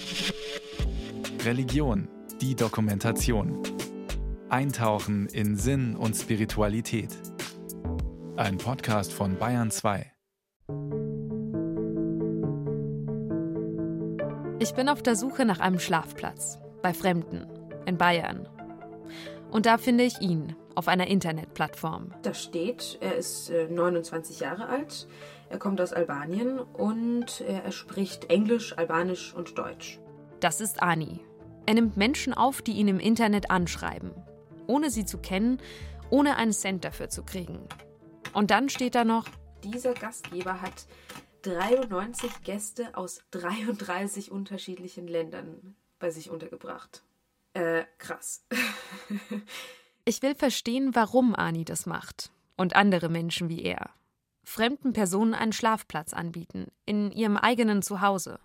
Religion, die Dokumentation. Eintauchen in Sinn und Spiritualität. Ein Podcast von Bayern 2. Ich bin auf der Suche nach einem Schlafplatz, bei Fremden, in Bayern. Und da finde ich ihn, auf einer Internetplattform. Da steht, er ist 29 Jahre alt, er kommt aus Albanien und er spricht Englisch, Albanisch und Deutsch. Das ist Ani. Er nimmt Menschen auf, die ihn im Internet anschreiben, ohne sie zu kennen, ohne einen Cent dafür zu kriegen. Und dann steht da noch: Dieser Gastgeber hat 93 Gäste aus 33 unterschiedlichen Ländern bei sich untergebracht. Krass. Ich will verstehen, warum Ani das macht und andere Menschen wie er. Fremden Personen einen Schlafplatz anbieten, in ihrem eigenen Zuhause.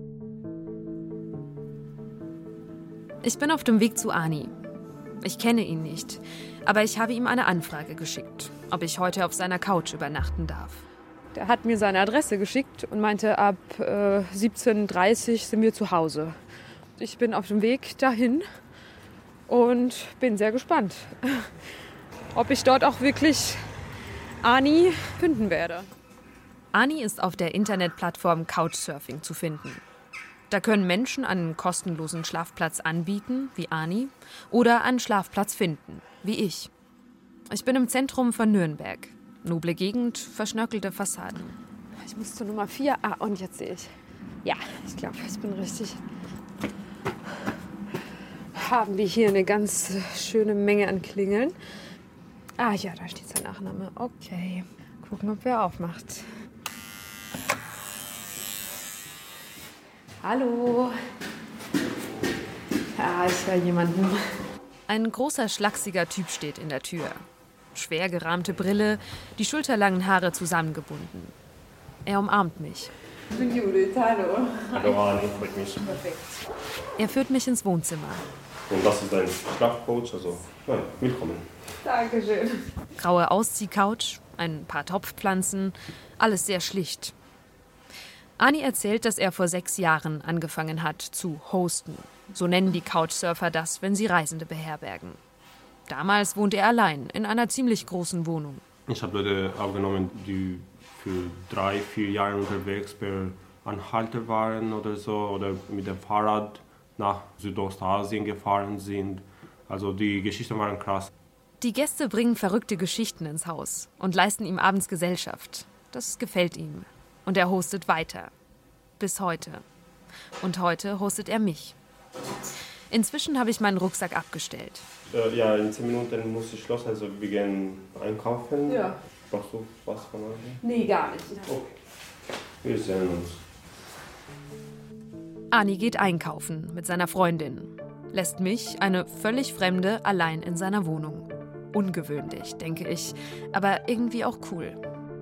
Ich bin auf dem Weg zu Ani. Ich kenne ihn nicht, aber ich habe ihm eine Anfrage geschickt, ob ich heute auf seiner Couch übernachten darf. Der hat mir seine Adresse geschickt und meinte, ab 17:30 Uhr sind wir zu Hause. Ich bin auf dem Weg dahin und bin sehr gespannt, ob ich dort auch wirklich Ani finden werde. Ani ist auf der Internetplattform Couchsurfing zu finden. Da können Menschen einen kostenlosen Schlafplatz anbieten, wie Ani, oder einen Schlafplatz finden, wie ich. Ich bin im Zentrum von Nürnberg. Noble Gegend, verschnörkelte Fassaden. Ich muss zur Nummer 4. Und jetzt sehe ich. Ja, ich glaube, ich bin richtig. Haben wir hier eine ganz schöne Menge an Klingeln. Ja, da steht sein Nachname. Okay. Gucken, ob wer aufmacht. Hallo. Ja, ich höre jemanden. Ein großer, schlachsiger Typ steht in der Tür. Schwer gerahmte Brille, die schulterlangen Haare zusammengebunden. Er umarmt mich. Ich bin Judith, hallo. Hallo Ani, freut mich. Perfekt. Er führt mich ins Wohnzimmer. Und das ist dein Schlafcoach, also willkommen. Dankeschön. Graue Ausziehcouch, ein paar Topfpflanzen, alles sehr schlicht. Ani erzählt, dass er vor 6 Jahren angefangen hat zu hosten. So nennen die Couchsurfer das, wenn sie Reisende beherbergen. Damals wohnte er allein in einer ziemlich großen Wohnung. Ich habe Leute aufgenommen, die für 3-4 Jahre unterwegs per Anhalter waren oder so, oder mit dem Fahrrad nach Südostasien gefahren sind. Also die Geschichten waren krass. Die Gäste bringen verrückte Geschichten ins Haus und leisten ihm abends Gesellschaft. Das gefällt ihm. Und er hostet weiter. Bis heute. Und heute hostet er mich. Inzwischen habe ich meinen Rucksack abgestellt. Ja, in 10 Minuten muss ich los, also wir gehen einkaufen. Ja. Brauchst du was von euch? Nee, gar nicht. Okay. Wir sehen uns. Ani geht einkaufen mit seiner Freundin. Lässt mich, eine völlig Fremde, allein in seiner Wohnung. Ungewöhnlich, denke ich, aber irgendwie auch cool.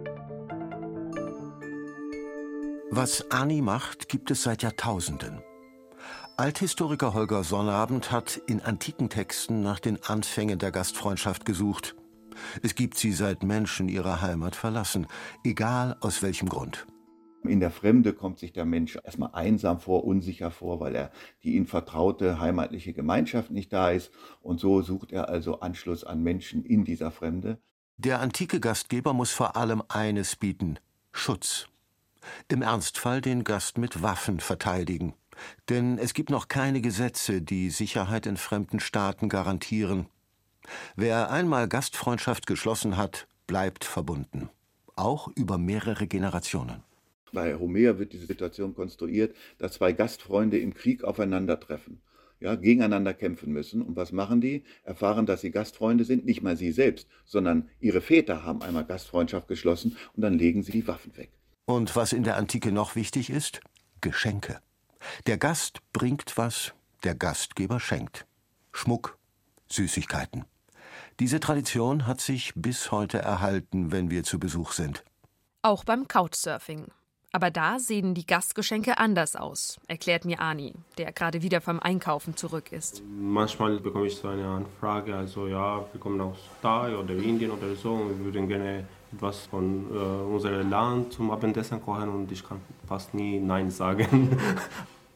Was Ani macht, gibt es seit Jahrtausenden. Althistoriker Holger Sonnabend hat in antiken Texten nach den Anfängen der Gastfreundschaft gesucht. Es gibt sie, seit Menschen ihre Heimat verlassen, egal aus welchem Grund. In der Fremde kommt sich der Mensch erstmal einsam vor, unsicher vor, weil die ihm vertraute heimatliche Gemeinschaft nicht da ist. Und so sucht er also Anschluss an Menschen in dieser Fremde. Der antike Gastgeber muss vor allem eines bieten: Schutz. Im Ernstfall den Gast mit Waffen verteidigen. Denn es gibt noch keine Gesetze, die Sicherheit in fremden Staaten garantieren. Wer einmal Gastfreundschaft geschlossen hat, bleibt verbunden. Auch über mehrere Generationen. Bei Homer wird diese Situation konstruiert, dass 2 Gastfreunde im Krieg aufeinandertreffen, gegeneinander kämpfen müssen. Und was machen die? Erfahren, dass sie Gastfreunde sind, nicht mal sie selbst, sondern ihre Väter haben einmal Gastfreundschaft geschlossen und dann legen sie die Waffen weg. Und was in der Antike noch wichtig ist? Geschenke. Der Gast bringt was, der Gastgeber schenkt. Schmuck, Süßigkeiten. Diese Tradition hat sich bis heute erhalten, wenn wir zu Besuch sind. Auch beim Couchsurfing. Aber da sehen die Gastgeschenke anders aus, erklärt mir Ani, der gerade wieder vom Einkaufen zurück ist. Manchmal bekomme ich so eine Anfrage, also ja, wir kommen aus Thai oder Indien oder so und wir würden gerne etwas von unserem Land zum Abendessen kochen und ich kann fast nie Nein sagen.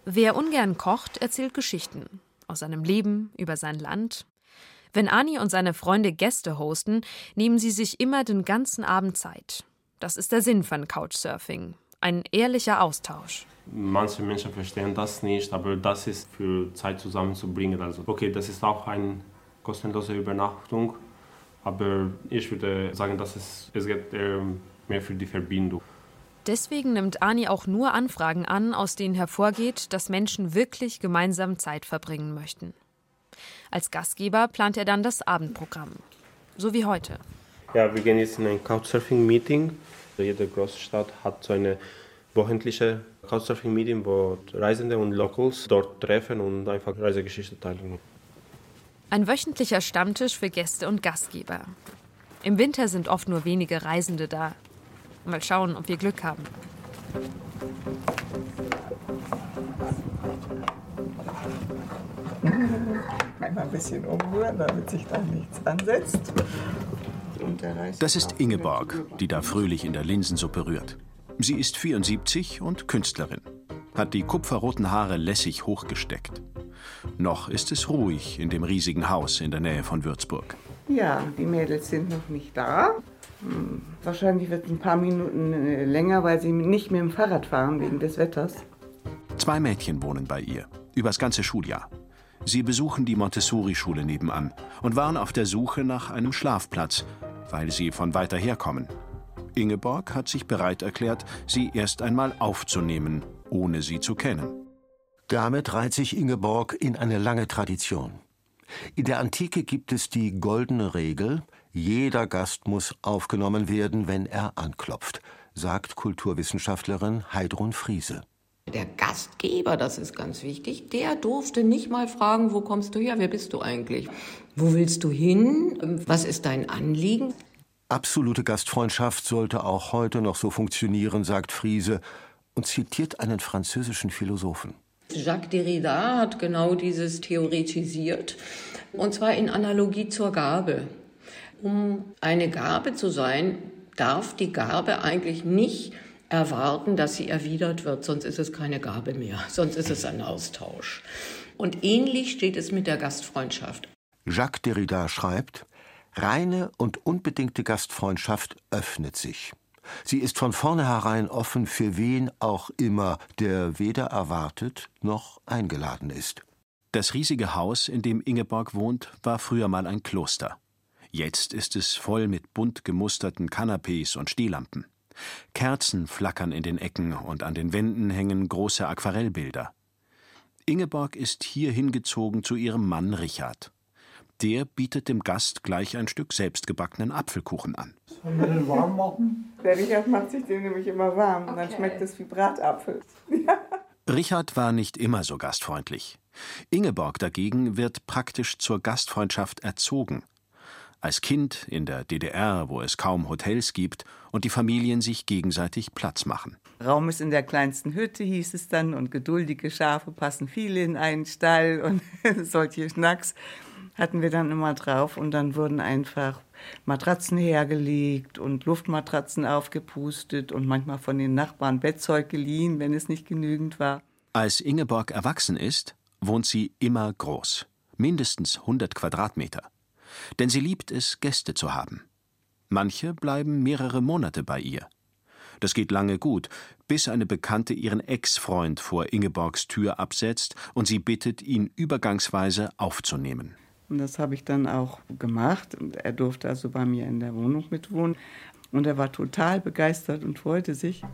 Wer ungern kocht, erzählt Geschichten aus seinem Leben, über sein Land. Wenn Ani und seine Freunde Gäste hosten, nehmen sie sich immer den ganzen Abend Zeit. Das ist der Sinn von Couchsurfing. Ein ehrlicher Austausch. Manche Menschen verstehen das nicht, aber das ist für Zeit zusammenzubringen. Also, okay, das ist auch eine kostenlose Übernachtung, aber ich würde sagen, dass es geht mehr für die Verbindung. Deswegen nimmt Ani auch nur Anfragen an, aus denen hervorgeht, dass Menschen wirklich gemeinsam Zeit verbringen möchten. Als Gastgeber plant er dann das Abendprogramm. So wie heute. Ja, wir gehen jetzt in ein Couchsurfing-Meeting. Jede Großstadt hat so eine wöchentliche Couchsurfing-Meeting, wo Reisende und Locals dort treffen und einfach Reisegeschichte teilen. Ein wöchentlicher Stammtisch für Gäste und Gastgeber. Im Winter sind oft nur wenige Reisende da. Mal schauen, ob wir Glück haben. Einmal ein bisschen umrühren, damit sich da nichts ansetzt. Das ist Ingeborg, die da fröhlich in der Linsensuppe rührt. Sie ist 74 und Künstlerin, hat die kupferroten Haare lässig hochgesteckt. Noch ist es ruhig in dem riesigen Haus in der Nähe von Würzburg. Ja, die Mädels sind noch nicht da. Wahrscheinlich wird es ein paar Minuten länger, weil sie nicht mit dem Fahrrad fahren wegen des Wetters. 2 Mädchen wohnen bei ihr, übers ganze Schuljahr. Sie besuchen die Montessori-Schule nebenan und waren auf der Suche nach einem Schlafplatz, weil sie von weiter her kommen. Ingeborg hat sich bereit erklärt, sie erst einmal aufzunehmen, ohne sie zu kennen. Damit reiht sich Ingeborg in eine lange Tradition. In der Antike gibt es die goldene Regel: Jeder Gast muss aufgenommen werden, wenn er anklopft, sagt Kulturwissenschaftlerin Heidrun Friese. Der Gastgeber, das ist ganz wichtig, der durfte nicht mal fragen, wo kommst du her, wer bist du eigentlich? Wo willst du hin? Was ist dein Anliegen? Absolute Gastfreundschaft sollte auch heute noch so funktionieren, sagt Friese und zitiert einen französischen Philosophen. Jacques Derrida hat genau dieses theoretisiert, und zwar in Analogie zur Gabe. Um eine Gabe zu sein, darf die Gabe eigentlich nicht erwarten, dass sie erwidert wird, sonst ist es keine Gabe mehr, sonst ist es ein Austausch. Und ähnlich steht es mit der Gastfreundschaft. Jacques Derrida schreibt: Reine und unbedingte Gastfreundschaft öffnet sich. Sie ist von vornherein offen für wen auch immer, der weder erwartet noch eingeladen ist. Das riesige Haus, in dem Ingeborg wohnt, war früher mal ein Kloster. Jetzt ist es voll mit bunt gemusterten Kanapés und Stehlampen. Kerzen flackern in den Ecken und an den Wänden hängen große Aquarellbilder. Ingeborg ist hier hingezogen zu ihrem Mann Richard. Der bietet dem Gast gleich ein Stück selbstgebackenen Apfelkuchen an. Sollen wir den warm machen? Der Richard macht sich den nämlich immer warm. Okay. Dann schmeckt es wie Bratapfel. Richard war nicht immer so gastfreundlich. Ingeborg dagegen wird praktisch zur Gastfreundschaft erzogen. Als Kind in der DDR, wo es kaum Hotels gibt und die Familien sich gegenseitig Platz machen. Raum ist in der kleinsten Hütte, hieß es dann, und geduldige Schafe passen viele in einen Stall und solche Schnacks hatten wir dann immer drauf. Und dann wurden einfach Matratzen hergelegt und Luftmatratzen aufgepustet und manchmal von den Nachbarn Bettzeug geliehen, wenn es nicht genügend war. Als Ingeborg erwachsen ist, wohnt sie immer groß, mindestens 100 Quadratmeter. Denn sie liebt es, Gäste zu haben. Manche bleiben mehrere Monate bei ihr. Das geht lange gut, bis eine Bekannte ihren Ex-Freund vor Ingeborgs Tür absetzt und sie bittet, ihn übergangsweise aufzunehmen. Und das habe ich dann auch gemacht. Er durfte also bei mir in der Wohnung mitwohnen. Und er war total begeistert und freute sich.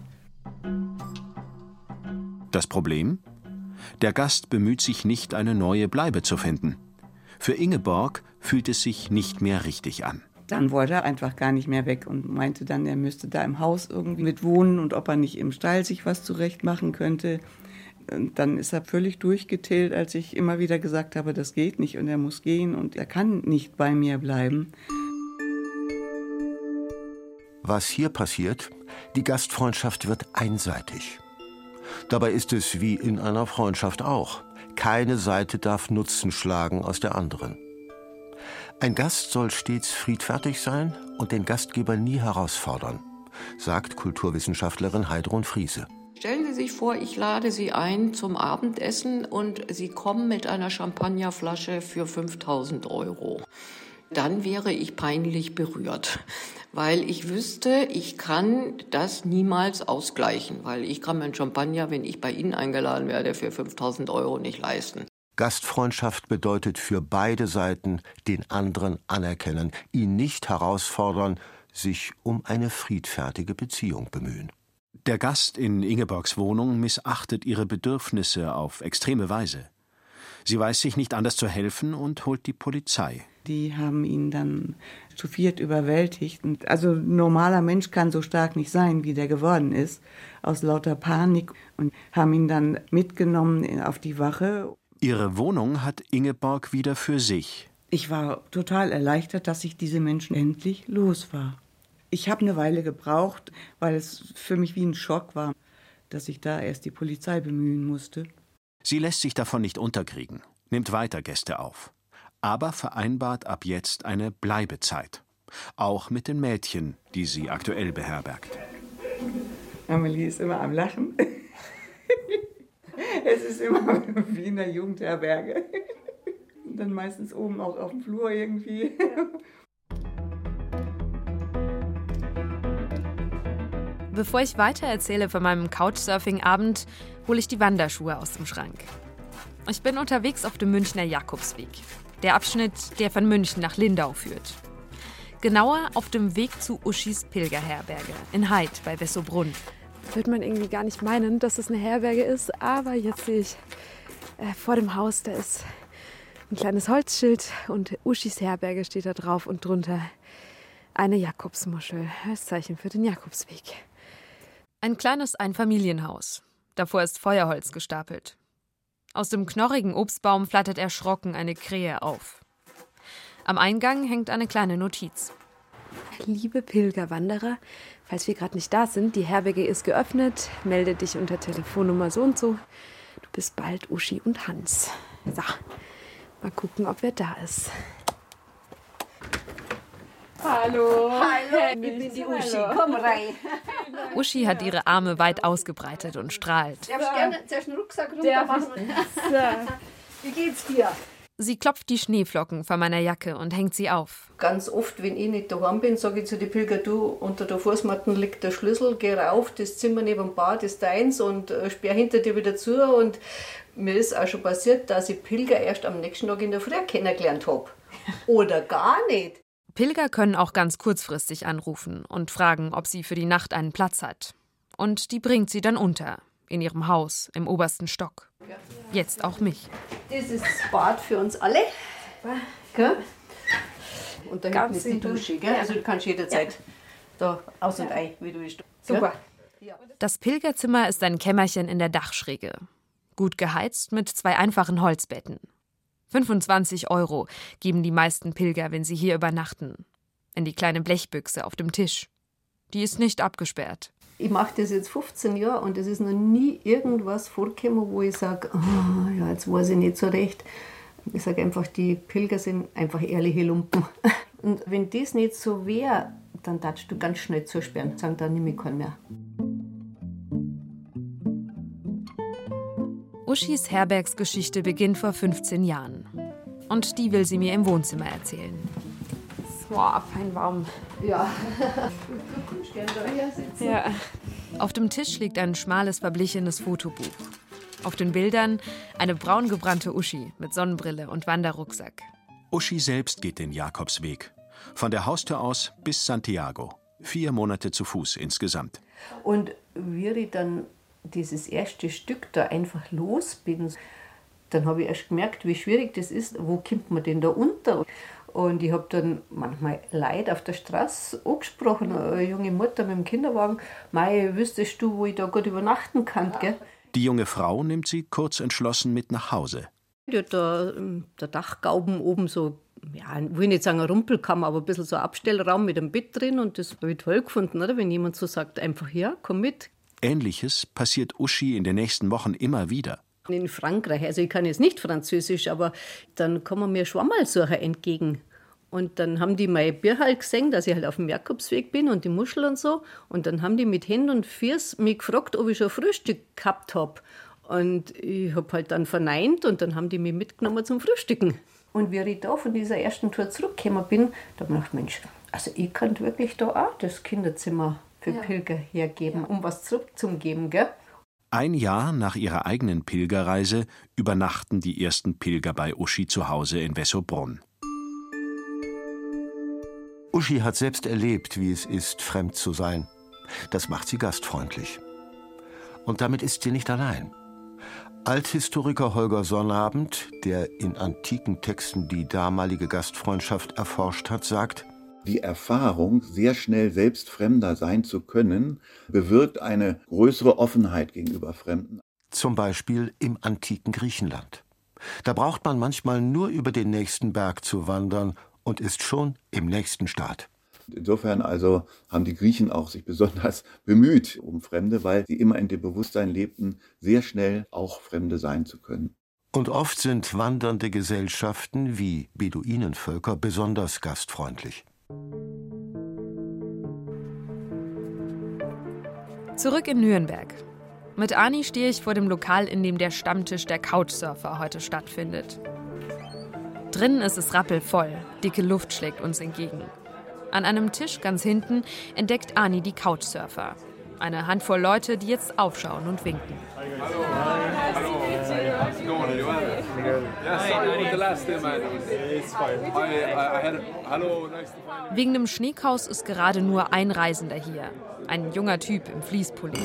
Das Problem? Der Gast bemüht sich nicht, eine neue Bleibe zu finden. Für Ingeborg fühlt es sich nicht mehr richtig an. Dann wollte er einfach gar nicht mehr weg und meinte dann, er müsste da im Haus irgendwie mit wohnen und ob er nicht im Stall sich was zurecht machen könnte. Und dann ist er völlig durchgetillt, als ich immer wieder gesagt habe, das geht nicht und er muss gehen und er kann nicht bei mir bleiben. Was hier passiert? Die Gastfreundschaft wird einseitig. Dabei ist es wie in einer Freundschaft auch. Keine Seite darf Nutzen schlagen aus der anderen. Ein Gast soll stets friedfertig sein und den Gastgeber nie herausfordern, sagt Kulturwissenschaftlerin Heidrun Friese. Stellen Sie sich vor, ich lade Sie ein zum Abendessen und Sie kommen mit einer Champagnerflasche für 5.000 €. Dann wäre ich peinlich berührt, weil ich wüsste, ich kann das niemals ausgleichen, weil ich kann mir einen Champagner, wenn ich bei Ihnen eingeladen werde, für 5.000 € nicht leisten. Gastfreundschaft bedeutet für beide Seiten den anderen anerkennen, ihn nicht herausfordern, sich um eine friedfertige Beziehung bemühen. Der Gast in Ingeborgs Wohnung missachtet ihre Bedürfnisse auf extreme Weise. Sie weiß sich nicht anders zu helfen und holt die Polizei. Die haben ihn dann zu viert überwältigt. Und also ein normaler Mensch kann so stark nicht sein, wie der geworden ist, aus lauter Panik. Und haben ihn dann mitgenommen auf die Wache. Ihre Wohnung hat Ingeborg wieder für sich. Ich war total erleichtert, dass ich diese Menschen endlich los war. Ich habe eine Weile gebraucht, weil es für mich wie ein Schock war, dass ich da erst die Polizei bemühen musste. Sie lässt sich davon nicht unterkriegen, nimmt weiter Gäste auf, aber vereinbart ab jetzt eine Bleibezeit. Auch mit den Mädchen, die sie aktuell beherbergt. Amelie ist immer am Lachen. Es ist immer wie in der Jugendherberge. Und dann meistens oben auch auf dem Flur irgendwie. Bevor ich weitererzähle von meinem Couchsurfing-Abend, hole ich die Wanderschuhe aus dem Schrank. Ich bin unterwegs auf dem Münchner Jakobsweg. Der Abschnitt, der von München nach Lindau führt. Genauer auf dem Weg zu Uschis Pilgerherberge in Heid bei Wessobrunn. Würde man irgendwie gar nicht meinen, dass es eine Herberge ist, aber jetzt sehe ich vor dem Haus, da ist ein kleines Holzschild und Uschis Herberge steht da drauf und drunter eine Jakobsmuschel als Zeichen für den Jakobsweg. Ein kleines Einfamilienhaus. Davor ist Feuerholz gestapelt. Aus dem knorrigen Obstbaum flattert erschrocken eine Krähe auf. Am Eingang hängt eine kleine Notiz. Liebe Pilgerwanderer, falls wir gerade nicht da sind, die Herberge ist geöffnet. Melde dich unter Telefonnummer so und so. Du bist bald Uschi und Hans. So, mal gucken, ob wer da ist. Hallo. Hallo, ich bin die Uschi. Komm rein. Uschi hat ihre Arme weit ausgebreitet und strahlt. Darfst gerne zuerst einen Rucksack runter machen? Wie geht's dir? Sie klopft die Schneeflocken von meiner Jacke und hängt sie auf. Ganz oft, wenn ich nicht daheim bin, sage ich zu den Pilgern, du, unter der Fußmatte liegt der Schlüssel, geh rauf, das Zimmer neben dem Bad ist deins und sperr hinter dir wieder zu. Und mir ist auch schon passiert, dass ich Pilger erst am nächsten Tag in der Früh kennengelernt habe. Oder gar nicht. Pilger können auch ganz kurzfristig anrufen und fragen, ob sie für die Nacht einen Platz hat. Und die bringt sie dann unter, in ihrem Haus, im obersten Stock. Jetzt auch mich. Das ist das Bad für uns alle. Gell? Und da hinten ist die Dusche. Gell? Also du kannst jederzeit da aus und ein, wie du willst. Super. Das Pilgerzimmer ist ein Kämmerchen in der Dachschräge. Gut geheizt mit 2 einfachen Holzbetten. 25 € geben die meisten Pilger, wenn sie hier übernachten. In die kleine Blechbüchse auf dem Tisch. Die ist nicht abgesperrt. Ich mache das jetzt 15 Jahre und es ist noch nie irgendwas vorgekommen, wo ich sage, oh, ja, jetzt weiß ich nicht so recht. Ich sage einfach, die Pilger sind einfach ehrliche Lumpen. Und wenn das nicht so wäre, dann darfst du ganz schnell zusperren. Sagen, dann nehme ich keinen mehr. Uschis Herbergsgeschichte beginnt vor 15 Jahren. Und die will sie mir im Wohnzimmer erzählen. Wow, ein Baum. Ja, du kannst gerne daher sitzen. Ja. Auf dem Tisch liegt ein schmales, verblichenes Fotobuch. Auf den Bildern eine braungebrannte Uschi mit Sonnenbrille und Wanderrucksack. Uschi selbst geht den Jakobsweg. Von der Haustür aus bis Santiago. 4 Monate zu Fuß insgesamt. Und wie ich dann dieses erste Stück da einfach los bin, dann habe ich erst gemerkt, wie schwierig das ist. Wo kommt man denn da unter? Und ich habe dann manchmal Leute auf der Straße angesprochen, eine junge Mutter mit dem Kinderwagen. Mei, wüsstest du, wo ich da gut übernachten kann, gell? Die junge Frau nimmt sie kurz entschlossen mit nach Hause. Die hat da der Dachgauben oben so, ja, ich will nicht sagen ein Rumpelkammer, aber ein bisschen so ein Abstellraum mit einem Bett drin. Und das habe ich toll gefunden, oder? Wenn jemand so sagt, einfach ja, komm mit. Ähnliches passiert Uschi in den nächsten Wochen immer wieder. In Frankreich, also ich kann jetzt nicht Französisch, aber dann kommen mir Schwammerlsucher entgegen. Und dann haben die mein Bier halt gesehen, dass ich halt auf dem Jakobsweg bin und die Muschel und so. Und dann haben die mit Händen und Füßen mich gefragt, ob ich schon Frühstück gehabt habe. Und ich habe halt dann verneint und dann haben die mich mitgenommen zum Frühstücken. Und wie ich da von dieser ersten Tour zurückgekommen bin, da habe ich gedacht, Mensch, also ich könnte wirklich da auch das Kinderzimmer für Pilger hergeben, um was zurückzugeben, gell? Ein Jahr nach ihrer eigenen Pilgerreise übernachten die ersten Pilger bei Uschi zu Hause in Wessobrunn. Uschi hat selbst erlebt, wie es ist, fremd zu sein. Das macht sie gastfreundlich. Und damit ist sie nicht allein. Althistoriker Holger Sonnabend, der in antiken Texten die damalige Gastfreundschaft erforscht hat, sagt: Die Erfahrung, sehr schnell selbst Fremder sein zu können, bewirkt eine größere Offenheit gegenüber Fremden. Zum Beispiel im antiken Griechenland. Da braucht man manchmal nur über den nächsten Berg zu wandern und ist schon im nächsten Staat. Insofern also haben die Griechen auch sich besonders bemüht um Fremde, weil sie immer in dem Bewusstsein lebten, sehr schnell auch Fremde sein zu können. Und oft sind wandernde Gesellschaften wie Beduinenvölker besonders gastfreundlich. Zurück in Nürnberg. Mit Ani stehe ich vor dem Lokal, in dem der Stammtisch der Couchsurfer heute stattfindet. Drinnen ist es rappelvoll, dicke Luft schlägt uns entgegen. An einem Tisch ganz hinten entdeckt Ani die Couchsurfer. Eine Handvoll Leute, die jetzt aufschauen und winken. Wegen dem Schneechaos ist gerade nur ein Reisender hier. Ein junger Typ im Fließpulli.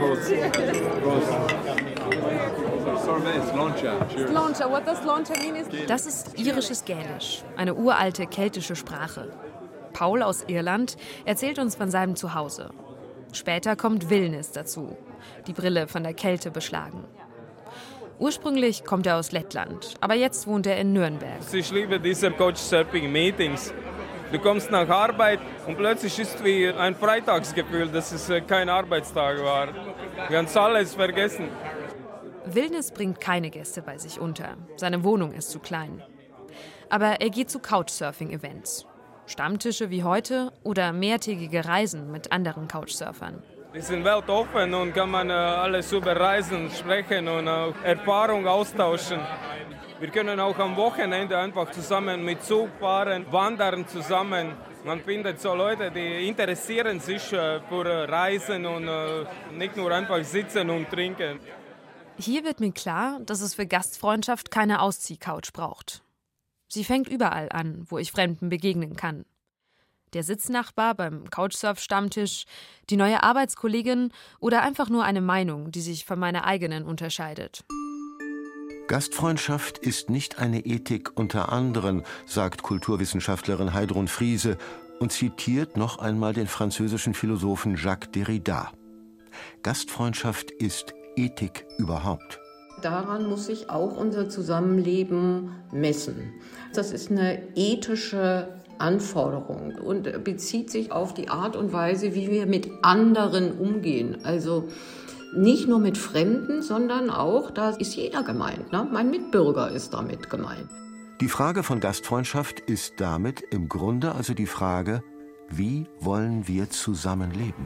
Das ist irisches Gälisch, eine uralte keltische Sprache. Paul aus Irland erzählt uns von seinem Zuhause. Später kommt Vilnis dazu, die Brille von der Kälte beschlagen. Ursprünglich kommt er aus Lettland, aber jetzt wohnt er in Nürnberg. Ich liebe diese Couchsurfing-Meetings. Du kommst nach Arbeit und plötzlich ist es wie ein Freitagsgefühl, dass es kein Arbeitstag war. Du kannst alles vergessen. Vilnis bringt keine Gäste bei sich unter. Seine Wohnung ist zu klein. Aber er geht zu Couchsurfing-Events. Stammtische wie heute oder mehrtägige Reisen mit anderen Couchsurfern. Wir sind weltoffen und kann man alles über Reisen sprechen und Erfahrung austauschen. Wir können auch am Wochenende einfach zusammen mit Zug fahren, wandern zusammen. Man findet so Leute, die interessieren sich für Reisen und nicht nur einfach sitzen und trinken. Hier wird mir klar, dass es für Gastfreundschaft keine Ausziehcouch braucht. Sie fängt überall an, wo ich Fremden begegnen kann. Der Sitznachbar beim Couchsurf-Stammtisch, die neue Arbeitskollegin oder einfach nur eine Meinung, die sich von meiner eigenen unterscheidet. Gastfreundschaft ist nicht eine Ethik unter anderen, sagt Kulturwissenschaftlerin Heidrun Friese und zitiert noch einmal den französischen Philosophen Jacques Derrida. Gastfreundschaft ist Ethik überhaupt. Daran muss sich auch unser Zusammenleben messen. Das ist eine ethische Anforderung und bezieht sich auf die Art und Weise, wie wir mit anderen umgehen. Also nicht nur mit Fremden, sondern auch, da ist jeder gemeint. Ne? Mein Mitbürger ist damit gemeint. Die Frage von Gastfreundschaft ist damit im Grunde also die Frage, wie wollen wir zusammenleben?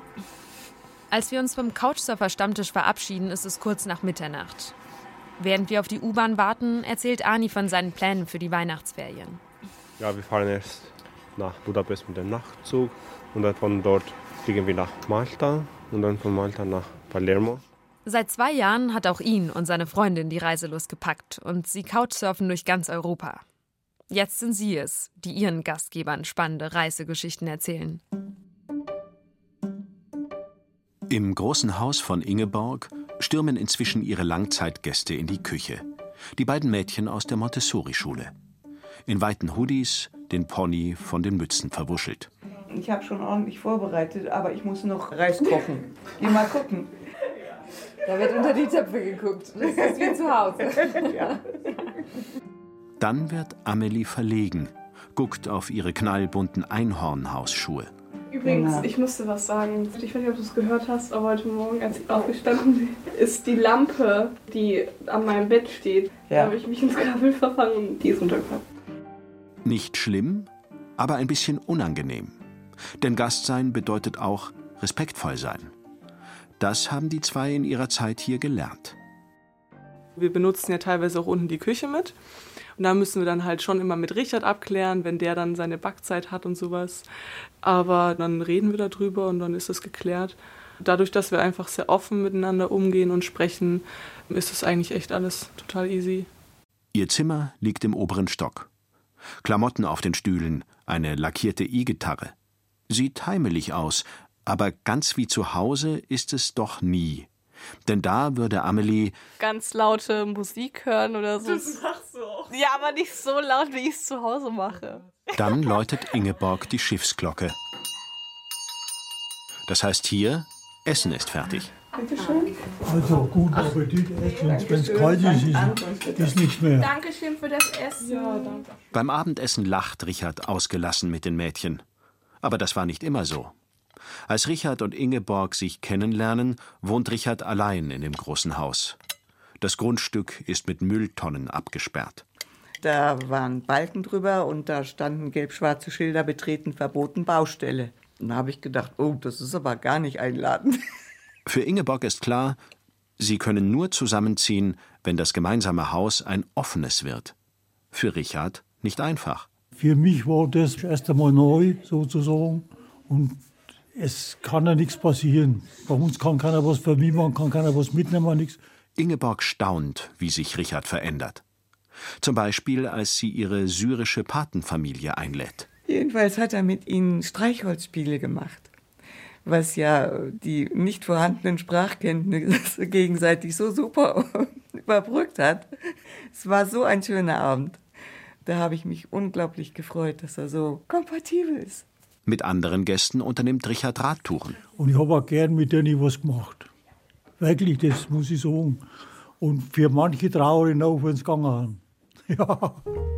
Als wir uns vom Couchsurfer-Stammtisch verabschieden, ist es kurz nach Mitternacht. Während wir auf die U-Bahn warten, erzählt Ani von seinen Plänen für die Weihnachtsferien. Ja, wir fahren erst nach Budapest mit dem Nachtzug und dann von dort fliegen wir nach Malta und dann von Malta nach Palermo. Seit 2 Jahren hat auch ihn und seine Freundin die Reiselust gepackt und sie couchsurfen durch ganz Europa. Jetzt sind sie es, die ihren Gastgebern spannende Reisegeschichten erzählen. Im großen Haus von Ingeborg stürmen inzwischen ihre Langzeitgäste in die Küche. Die beiden Mädchen aus der Montessori-Schule. In weiten Hoodies, den Pony von den Mützen verwuschelt. Ich habe schon ordentlich vorbereitet, aber ich muss noch Reis kochen. Geh mal gucken. Da wird unter die Töpfe geguckt. Das ist wie zu Hause. Ja. Dann wird Amelie verlegen, guckt auf ihre knallbunten Einhornhausschuhe. Übrigens, ich musste was sagen. Ich weiß nicht, ob du es gehört hast, aber heute Morgen, als ich aufgestanden bin, ist die Lampe, die an meinem Bett steht, da habe ich mich ins Kabel verfangen und die ist runtergefallen. Nicht schlimm, aber ein bisschen unangenehm. Denn Gastsein bedeutet auch respektvoll sein. Das haben die zwei in ihrer Zeit hier gelernt. Wir benutzen ja teilweise auch unten die Küche mit. Und da müssen wir dann halt schon immer mit Richard abklären, wenn der dann seine Backzeit hat und sowas. Aber dann reden wir darüber und dann ist es geklärt. Dadurch, dass wir einfach sehr offen miteinander umgehen und sprechen, ist es eigentlich echt alles total easy. Ihr Zimmer liegt im oberen Stock. Klamotten auf den Stühlen, eine lackierte E-Gitarre. Sieht heimelig aus, aber ganz wie zu Hause ist es doch nie. Denn da würde Amelie ganz laute Musik hören oder so. Das machst du auch. Ja, aber nicht so laut, wie ich es zu Hause mache. Dann läutet Ingeborg die Schiffsglocke. Das heißt hier, Essen ist fertig. Bitte schön. Also gut, Appetit, wenn es kalt ist nichts mehr. Dankeschön für das Essen. Ja, danke. Beim Abendessen lacht Richard ausgelassen mit den Mädchen. Aber das war nicht immer so. Als Richard und Ingeborg sich kennenlernen, wohnt Richard allein in dem großen Haus. Das Grundstück ist mit Mülltonnen abgesperrt. Da waren Balken drüber und da standen gelb-schwarze Schilder: betreten verboten, Baustelle. Und da habe ich gedacht, oh, das ist aber gar nicht einladend. Für Ingeborg ist klar, sie können nur zusammenziehen, wenn das gemeinsame Haus ein offenes wird. Für Richard nicht einfach. Für mich war das erst einmal neu, sozusagen. Und es kann ja nichts passieren. Bei uns kann keiner was vermieden, kann keiner was mitnehmen, nichts. Ingeborg staunt, wie sich Richard verändert. Zum Beispiel, als sie ihre syrische Patenfamilie einlädt. Jedenfalls hat er mit ihnen Streichholzspiele gemacht, was ja die nicht vorhandenen Sprachkenntnisse gegenseitig so super überbrückt hat. Es war so ein schöner Abend. Da habe ich mich unglaublich gefreut, dass er so kompatibel ist. Mit anderen Gästen unternimmt Richard Radtouren. Und ich habe auch gern mit denen was gemacht. Wirklich, das muss ich sagen. Und für manche trauere ich auch, wenn sie gegangen haben. Ja.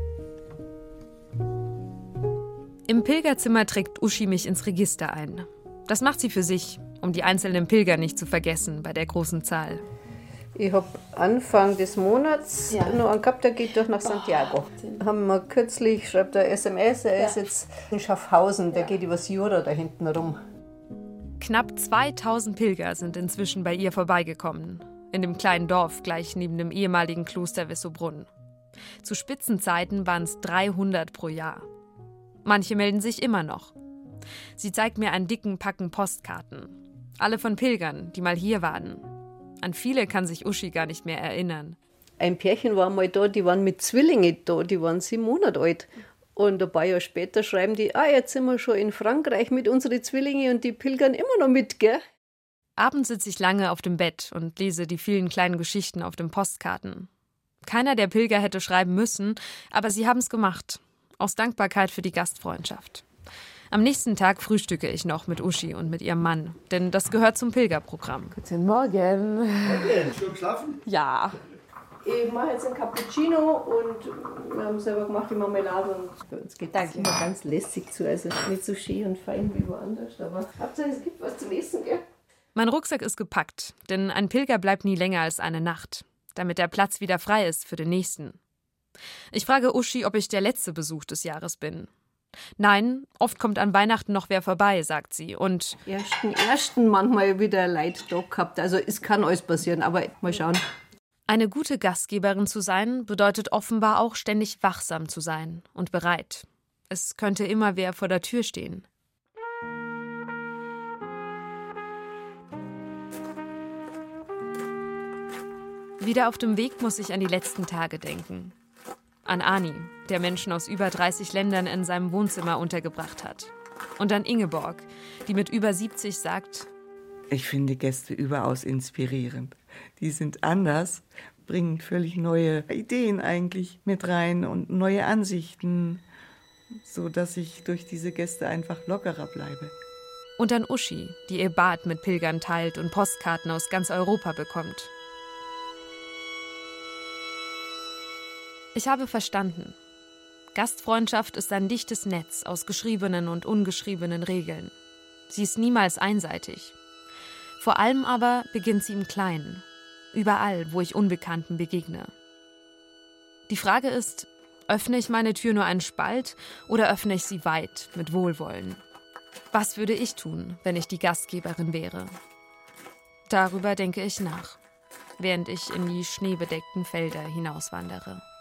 Im Pilgerzimmer trägt Uschi mich ins Register ein. Das macht sie für sich, um die einzelnen Pilger nicht zu vergessen bei der großen Zahl. Ich habe Anfang des Monats noch einen gehabt, der geht doch nach Santiago. Haben wir kürzlich, schreibt er SMS, er ist jetzt in Schaffhausen, der geht übers Jura da hinten rum. Knapp 2000 Pilger sind inzwischen bei ihr vorbeigekommen. In dem kleinen Dorf gleich neben dem ehemaligen Kloster Wessobrunn. Zu Spitzenzeiten waren es 300 pro Jahr. Manche melden sich immer noch. Sie zeigt mir einen dicken Packen Postkarten. Alle von Pilgern, die mal hier waren. An viele kann sich Uschi gar nicht mehr erinnern. Ein Pärchen war mal da, die waren mit Zwillingen da, die waren 7 Monate alt. Und ein paar Jahre später schreiben die, jetzt sind wir schon in Frankreich mit unseren Zwillingen und die pilgern immer noch mit, gell? Abends sitze ich lange auf dem Bett und lese die vielen kleinen Geschichten auf den Postkarten. Keiner der Pilger hätte schreiben müssen, aber sie haben es gemacht. Aus Dankbarkeit für die Gastfreundschaft. Am nächsten Tag frühstücke ich noch mit Uschi und mit ihrem Mann, denn das gehört zum Pilgerprogramm. Guten Morgen. Schon geschlafen? Ja. Ich mache jetzt einen Cappuccino und wir haben selber gemacht die Marmelade. Und bei uns geht das immer ganz lässig zu, also nicht so schön und fein wie woanders. Aber Hauptsache es gibt was zum Essen, gell? Mein Rucksack ist gepackt, denn ein Pilger bleibt nie länger als eine Nacht, damit der Platz wieder frei ist für den nächsten. Ich frage Uschi, ob ich der letzte Besuch des Jahres bin. Nein, oft kommt an Weihnachten noch wer vorbei, sagt sie. Und ersten manchmal wieder Leute da gehabt. Also es kann alles passieren, aber mal schauen. Eine gute Gastgeberin zu sein, bedeutet offenbar auch ständig wachsam zu sein und bereit. Es könnte immer wer vor der Tür stehen. Wieder auf dem Weg muss ich an die letzten Tage denken. An Ani, der Menschen aus über 30 Ländern in seinem Wohnzimmer untergebracht hat. Und an Ingeborg, die mit über 70 sagt: Ich finde Gäste überaus inspirierend. Die sind anders, bringen völlig neue Ideen eigentlich mit rein und neue Ansichten, sodass ich durch diese Gäste einfach lockerer bleibe. Und an Uschi, die ihr Bad mit Pilgern teilt und Postkarten aus ganz Europa bekommt. Ich habe verstanden. Gastfreundschaft ist ein dichtes Netz aus geschriebenen und ungeschriebenen Regeln. Sie ist niemals einseitig. Vor allem aber beginnt sie im Kleinen. Überall, wo ich Unbekannten begegne. Die Frage ist, Öffne ich meine Tür nur einen Spalt oder öffne ich sie weit mit Wohlwollen? Was würde ich tun, wenn ich die Gastgeberin wäre? Darüber denke ich nach, während ich in die schneebedeckten Felder hinauswandere.